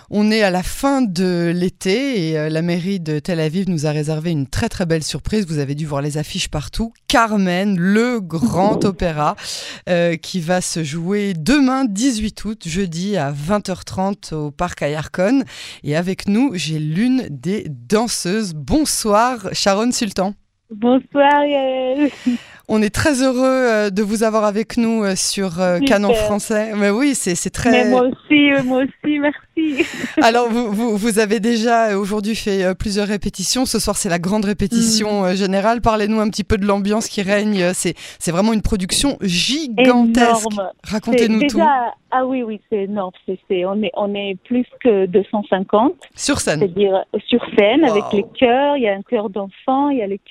On est à la fin de l'été et la mairie de Tel Aviv nous a réservé une très très belle surprise. Vous avez dû voir les affiches partout. Carmen, le grand opéra qui va se jouer demain 18 août, jeudi à 20h30 au parc Ayarkon. Et avec nous, j'ai l'une des danseuses. Bonsoir Sharon Sultan. Bonsoir Yael. On est très heureux de vous avoir avec nous sur Canon français. Mais oui, c'est très... Mais moi aussi, merci. Alors, vous avez déjà aujourd'hui fait plusieurs répétitions. Ce soir, c'est la grande répétition générale. Parlez-nous un petit peu de l'ambiance qui règne. C'est vraiment une production gigantesque. Énorme. Racontez-nous tout. Ah oui, c'est énorme. On est plus que 250. Sur scène. C'est-à-dire sur scène, avec les chœurs. Il y a un chœur d'enfants, il y a les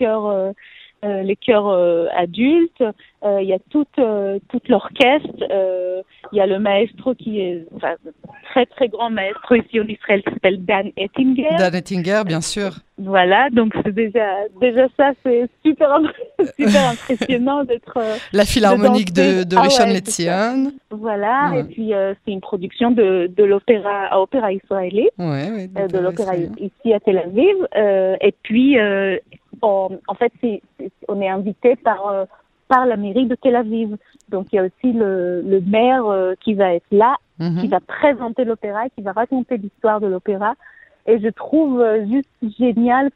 chœurs adultes, il y a tout l'orchestre, il y a le maestro qui est très très grand maestro ici en Israël qui s'appelle Dan Ettinger. Dan Ettinger, bien sûr. Voilà, donc c'est déjà ça, c'est super impressionnant d'être la philharmonique de Rishon LeZion. Voilà, ouais. Et puis c'est une production de l'opéra israélien, de l'opéra ici à Tel Aviv, et puis en fait on est invité par la mairie de Tel Aviv. Donc il y a aussi le maire qui va être là, qui va présenter l'opéra, qui va raconter l'histoire de l'opéra. Et je trouve juste génial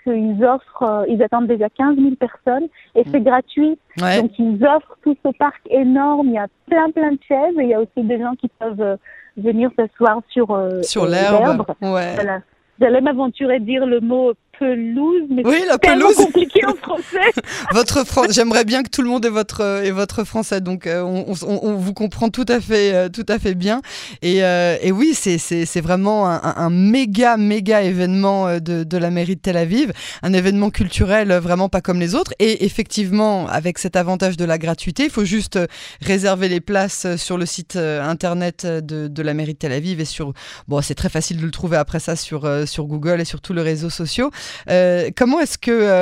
ils attendent déjà 15 000 personnes et c'est gratuit. Ouais. Donc ils offrent tout ce parc énorme, il y a plein de chaises et il y a aussi des gens qui peuvent venir s'asseoir sur l'herbe. Ouais. Voilà. J'allais m'aventurer à dire le mot pelouse, mais c'est tellement compliqué en français. J'aimerais bien que tout le monde ait votre français, donc on vous comprend tout à fait bien. Et oui, c'est vraiment un méga événement de la mairie de Tel Aviv, un événement culturel vraiment pas comme les autres. Et effectivement, avec cet avantage de la gratuité, il faut juste réserver les places sur le site internet de la mairie de Tel Aviv et c'est très facile de le trouver après ça sur Google et sur tous les réseaux sociaux. Comment est-ce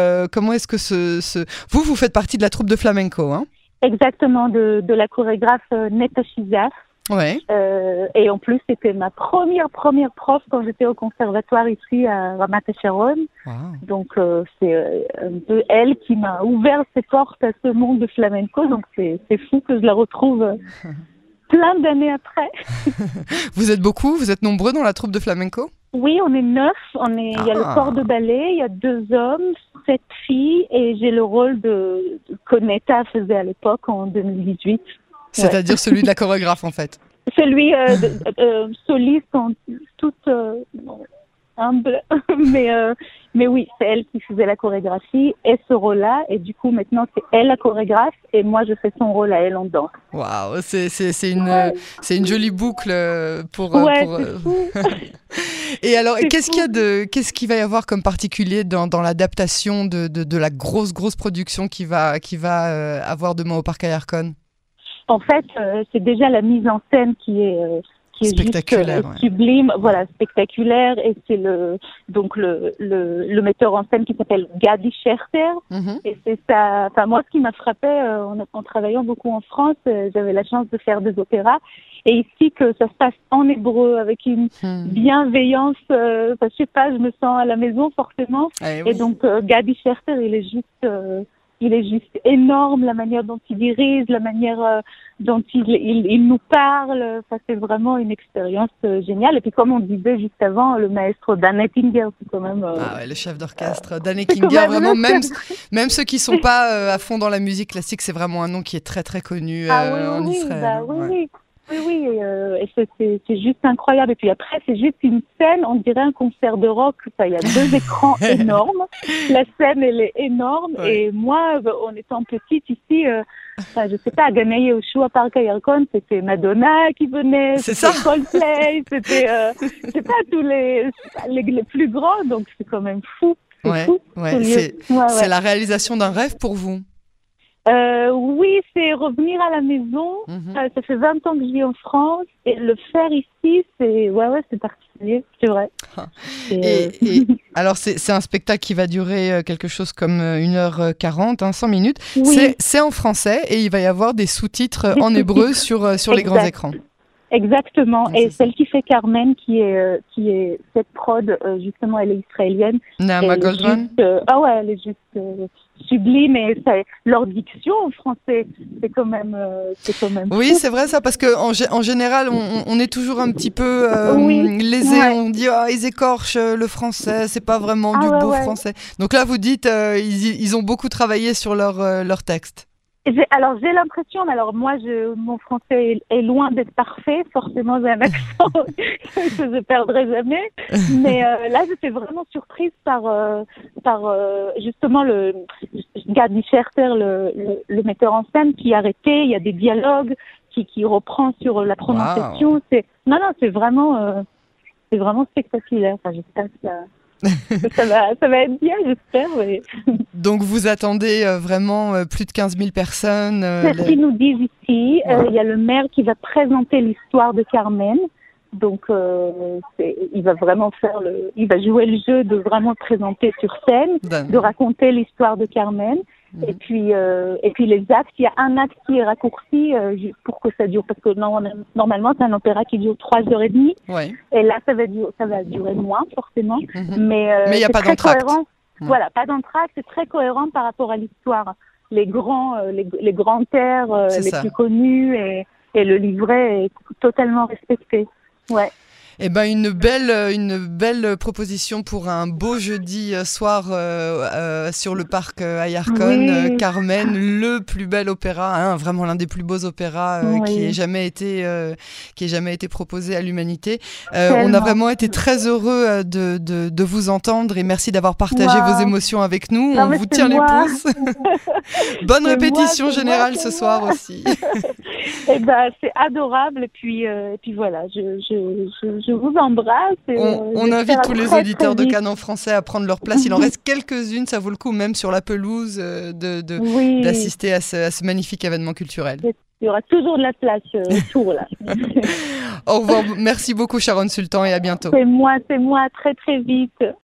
que vous faites partie de la troupe de flamenco, hein? Exactement, de la chorégraphe Neta Shizar. Ouais. Et en plus, c'était ma première prof quand j'étais au conservatoire ici à Ramat Sharon. Wow. Donc c'est un peu elle qui m'a ouvert ses portes à ce monde de flamenco. Donc c'est fou que je la retrouve plein d'années après. Vous êtes nombreux dans la troupe de flamenco? Oui, on est 9. Il y a le corps de ballet, il y a 2 hommes, 7 filles, et j'ai le rôle que Neta faisait à l'époque en 2018. C'est-à-dire celui de la chorégraphe, en fait. Celui soliste, en toute humble, mais oui, c'est elle qui faisait la chorégraphie et ce rôle-là, et du coup maintenant c'est elle la chorégraphe et moi je fais son rôle à elle en danse. Waouh, c'est une jolie boucle pour. C'est fou. Et alors, qu'est-ce qu'il va y avoir comme particulier dans l'adaptation de la grosse production qui va avoir demain au parc Ayarkon? En fait, c'est déjà la mise en scène qui est spectaculaire, juste sublime, voilà, spectaculaire, et c'est le metteur en scène qui s'appelle Gadi Scherter, et c'est ça. Enfin, moi, ce qui m'a frappé en travaillant beaucoup en France, j'avais la chance de faire des opéras, et ici que ça se passe en hébreu avec une bienveillance, je sais pas, je me sens à la maison forcément, et donc Gadi Scherter, il est juste énorme, la manière dont il dirige, la manière dont il nous parle. Ça, c'est vraiment une expérience géniale. Et puis, comme on disait juste avant, le maestro Dan Ettinger, c'est quand même... le chef d'orchestre. Dan Ettinger, vraiment, même ceux qui sont pas à fond dans la musique classique, c'est vraiment un nom qui est très, très connu en Israël. Oui, et c'est juste incroyable. Et puis après, c'est juste une scène, on dirait un concert de rock. Il y a 2 écrans énormes. La scène, elle est énorme. Ouais. Et moi, en étant petite ici, je sais pas, à Gana Yehoshua Park Ayarkon, c'était Madonna qui venait, c'était Coldplay, c'était, je sais pas, tous les plus grands. Donc c'est quand même fou. C'est la réalisation d'un rêve pour vous? Oui, c'est revenir à la maison. Ça fait 20 ans que je vis en France et le faire ici, c'est particulier, c'est vrai. Et alors c'est un spectacle qui va durer quelque chose comme 1h40, 100 minutes. Oui. C'est en français et il va y avoir des sous-titres en hébreu sur les grands écrans. Exactement. Et celle qui fait Carmen, qui est cette prod, justement, elle est israélienne. Naama Goldman. Elle est juste sublime. Et leur diction en français, c'est quand même. Oui, c'est vrai ça, parce que en général, on est toujours un petit peu lésé. Ouais. On dit ils écorchent le français, c'est pas vraiment du beau français. Donc là, vous dites ils ont beaucoup travaillé sur leur texte. J'ai l'impression, moi mon français est loin d'être parfait, forcément j'ai un accent que je perdrai jamais, mais là j'étais vraiment surprise par justement Gadi Scherter, le metteur en scène, qui arrêtait, il y a des dialogues, qui reprend sur la prononciation. Wow. C'est vraiment spectaculaire. Enfin, j'espère que ça va être bien, j'espère. Mais... Donc vous attendez vraiment plus de 15 000 personnes C'est ce qu'ils nous disent ici. Il y a le maire qui va présenter l'histoire de Carmen. Donc il va vraiment il va jouer le jeu de vraiment présenter sur scène, de raconter l'histoire de Carmen. Et puis les actes, il y a un acte qui est raccourci pour que ça dure, parce que normalement c'est un opéra qui dure 3h30. Ouais. Et là ça va durer moins forcément. Mais il n'y a pas d'entracte. Voilà, pas d'entracte, c'est très cohérent par rapport à l'histoire. Les grands airs, plus connus, et le livret est totalement respecté. Ouais. Eh ben une belle proposition pour un beau jeudi soir sur le parc Ayarkon. Oui. Carmen, le plus bel opéra, vraiment l'un des plus beaux opéras qui ait jamais été proposé à l'humanité. On a vraiment été très heureux de vous entendre, et merci d'avoir partagé vos émotions avec nous. On vous tient les pouces. Bonne répétition générale ce soir aussi. Eh ben c'est adorable, et puis voilà, je vous embrasse. On invite tous les auditeurs de Canon Français à prendre leur place. Il en reste quelques-unes, ça vaut le coup, même sur la pelouse, d'assister à ce magnifique événement culturel. Il y aura toujours de la place autour, là. Au revoir, merci beaucoup Sharon Sultan, et à bientôt. C'est moi, très très vite.